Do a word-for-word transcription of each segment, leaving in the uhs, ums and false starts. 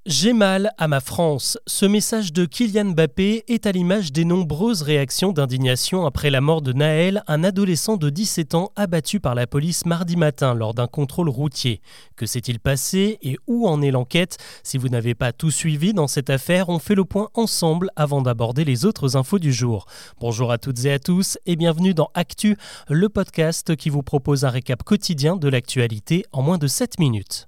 J'ai mal à ma France. Ce message de Kylian Mbappé est à l'image des nombreuses réactions d'indignation après la mort de Naël, un adolescent de dix-sept ans abattu par la police mardi matin lors d'un contrôle routier. Que s'est-il passé et où en est l'enquête ? Si vous n'avez pas tout suivi dans cette affaire, on fait le point ensemble avant d'aborder les autres infos du jour. Bonjour à toutes et à tous et bienvenue dans Actu, le podcast qui vous propose un récap quotidien de l'actualité en moins de sept minutes.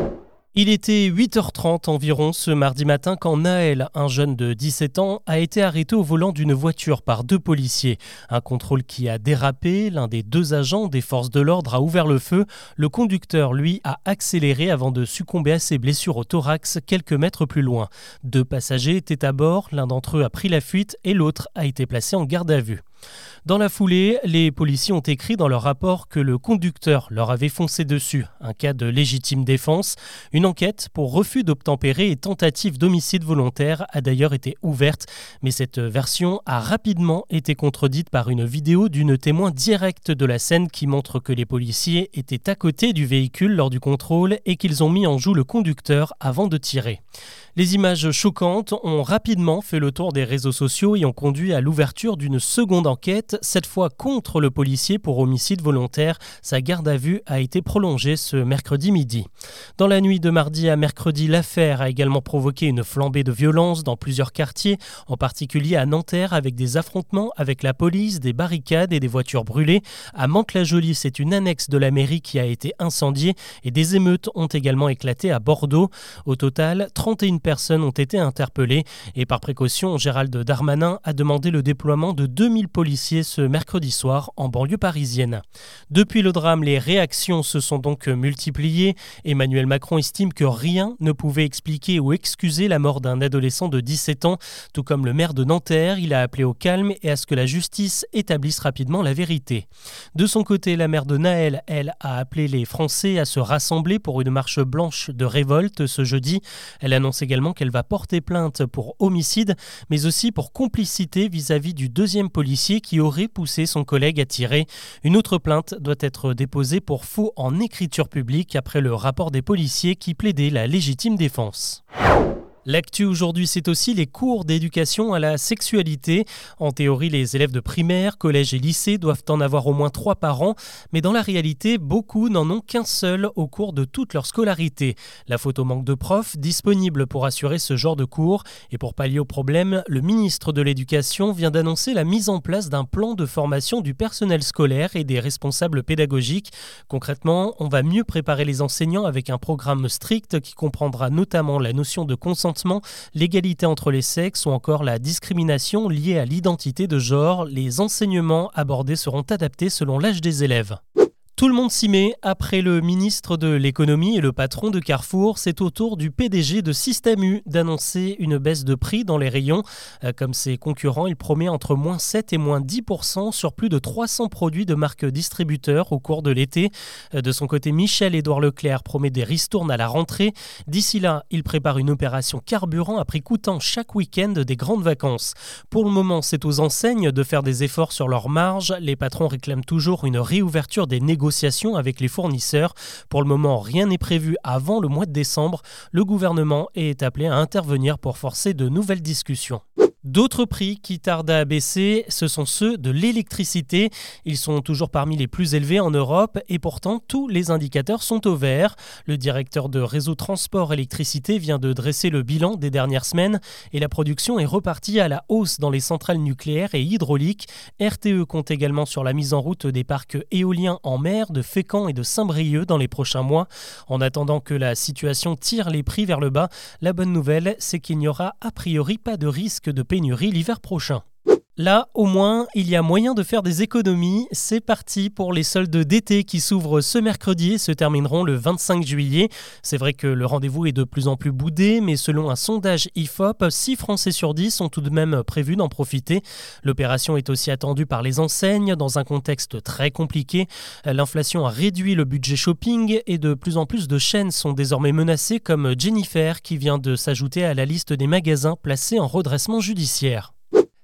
Il était huit heures trente environ ce mardi matin quand Naël, un jeune de dix-sept ans, a été arrêté au volant d'une voiture par deux policiers. Un contrôle qui a dérapé, l'un des deux agents des forces de l'ordre a ouvert le feu. Le conducteur, lui, a accéléré avant de succomber à ses blessures au thorax quelques mètres plus loin. Deux passagers étaient à bord, l'un d'entre eux a pris la fuite et l'autre a été placé en garde à vue. Dans la foulée, les policiers ont écrit dans leur rapport que le conducteur leur avait foncé dessus, un cas de légitime défense. Une enquête pour refus d'obtempérer et tentative d'homicide volontaire a d'ailleurs été ouverte, mais cette version a rapidement été contredite par une vidéo d'une témoin directe de la scène qui montre que les policiers étaient à côté du véhicule lors du contrôle et qu'ils ont mis en joue le conducteur avant de tirer. Les images choquantes ont rapidement fait le tour des réseaux sociaux et ont conduit à l'ouverture d'une seconde enquête, cette fois contre le policier pour homicide volontaire. Sa garde à vue a été prolongée ce mercredi midi. Dans la nuit de mardi à mercredi, l'affaire a également provoqué une flambée de violence dans plusieurs quartiers, en particulier à Nanterre avec des affrontements avec la police, des barricades et des voitures brûlées. À Mantes-la-Jolie, c'est une annexe de la mairie qui a été incendiée et des émeutes ont également éclaté à Bordeaux. Au total, trente et une personnes ont été interpellées et par précaution, Gérald Darmanin a demandé le déploiement de deux mille policiers ce mercredi soir en banlieue parisienne. Depuis le drame, les réactions se sont donc multipliées. Emmanuel Macron estime que rien ne pouvait expliquer ou excuser la mort d'un adolescent de dix-sept ans. Tout comme le maire de Nanterre, il a appelé au calme et à ce que la justice établisse rapidement la vérité. De son côté, la mère de Naël, elle, a appelé les Français à se rassembler pour une marche blanche de révolte ce jeudi. Elle annonce également qu'elle va porter plainte pour homicide, mais aussi pour complicité vis-à-vis du deuxième policier qui aurait poussé son collègue à tirer. Une autre plainte doit être déposée pour faux en écriture publique après le rapport des policiers qui plaidaient la légitime défense. L'actu aujourd'hui, c'est aussi les cours d'éducation à la sexualité. En théorie, les élèves de primaire, collège et lycée doivent en avoir au moins trois par an, mais dans la réalité, beaucoup n'en ont qu'un seul au cours de toute leur scolarité. La faute au manque de profs disponibles pour assurer ce genre de cours. Et pour pallier au problème, le ministre de l'Éducation vient d'annoncer la mise en place d'un plan de formation du personnel scolaire et des responsables pédagogiques. Concrètement, on va mieux préparer les enseignants avec un programme strict qui comprendra notamment la notion de consentement, l'égalité entre les sexes ou encore la discrimination liée à l'identité de genre. Les enseignements abordés seront adaptés selon l'âge des élèves. Tout le monde s'y met. Après le ministre de l'économie et le patron de Carrefour, c'est au tour du P D G de Système U d'annoncer une baisse de prix dans les rayons. Comme ses concurrents, il promet entre moins sept et moins dix pour cent sur plus de trois cents produits de marques distributeurs au cours de l'été. De son côté, Michel-Édouard Leclerc promet des ristournes à la rentrée. D'ici là, il prépare une opération carburant à prix coûtant chaque week-end des grandes vacances. Pour le moment, c'est aux enseignes de faire des efforts sur leurs marges. Les patrons réclament toujours une réouverture des négociations avec les fournisseurs. Pour le moment, rien n'est prévu avant le mois de décembre. Le gouvernement est appelé à intervenir pour forcer de nouvelles discussions. D'autres prix qui tardent à baisser, ce sont ceux de l'électricité. Ils sont toujours parmi les plus élevés en Europe et pourtant tous les indicateurs sont au vert. Le directeur de Réseau Transport Électricité vient de dresser le bilan des dernières semaines et la production est repartie à la hausse dans les centrales nucléaires et hydrauliques. R T E compte également sur la mise en route des parcs éoliens en mer de Fécamp et de Saint-Brieuc dans les prochains mois. En attendant que la situation tire les prix vers le bas, la bonne nouvelle, c'est qu'il n'y aura a priori pas de risque de pénurie l'hiver prochain. Là, au moins, il y a moyen de faire des économies. C'est parti pour les soldes d'été qui s'ouvrent ce mercredi et se termineront le vingt-cinq juillet. C'est vrai que le rendez-vous est de plus en plus boudé, mais selon un sondage I F O P, six Français sur dix ont tout de même prévu d'en profiter. L'opération est aussi attendue par les enseignes dans un contexte très compliqué. L'inflation a réduit le budget shopping et de plus en plus de chaînes sont désormais menacées comme Jennifer qui vient de s'ajouter à la liste des magasins placés en redressement judiciaire.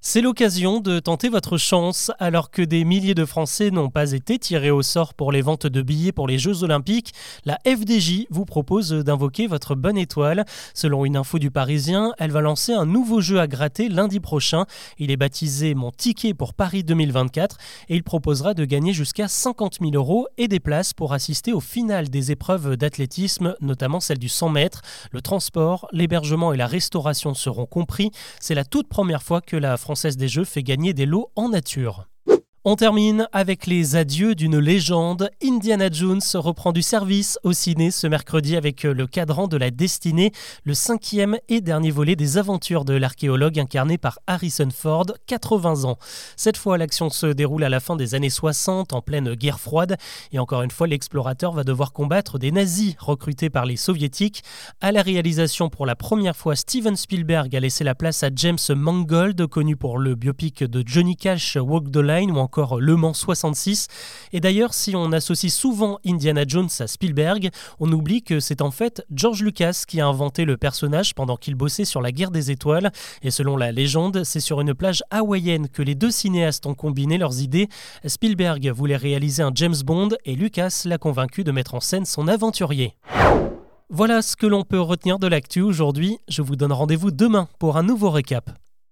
C'est l'occasion de tenter votre chance. Alors que des milliers de Français n'ont pas été tirés au sort pour les ventes de billets pour les Jeux Olympiques, la F D J vous propose d'invoquer votre bonne étoile. Selon une info du Parisien, elle va lancer un nouveau jeu à gratter lundi prochain. Il est baptisé Mon Ticket pour Paris deux mille vingt-quatre et il proposera de gagner jusqu'à cinquante mille euros et des places pour assister au final des épreuves d'athlétisme, notamment celle du cent mètres. Le transport, l'hébergement et la restauration seront compris. C'est la toute première fois que la Française des Jeux fait gagner des lots en nature. On termine avec les adieux d'une légende. Indiana Jones reprend du service au ciné ce mercredi avec Le Cadran de la Destinée, le cinquième et dernier volet des aventures de l'archéologue incarné par Harrison Ford, quatre-vingts ans. Cette fois, l'action se déroule à la fin des années soixante, en pleine guerre froide. Et encore une fois, l'explorateur va devoir combattre des nazis recrutés par les soviétiques. À la réalisation, pour la première fois, Steven Spielberg a laissé la place à James Mangold, connu pour le biopic de Johnny Cash, Walk the Line, ou encore encore Le Mans soixante-six. Et d'ailleurs, si on associe souvent Indiana Jones à Spielberg, on oublie que c'est en fait George Lucas qui a inventé le personnage pendant qu'il bossait sur la Guerre des Étoiles. Et selon la légende, c'est sur une plage hawaïenne que les deux cinéastes ont combiné leurs idées. Spielberg voulait réaliser un James Bond et Lucas l'a convaincu de mettre en scène son aventurier. Voilà ce que l'on peut retenir de l'actu aujourd'hui. Je vous donne rendez-vous demain pour un nouveau récap.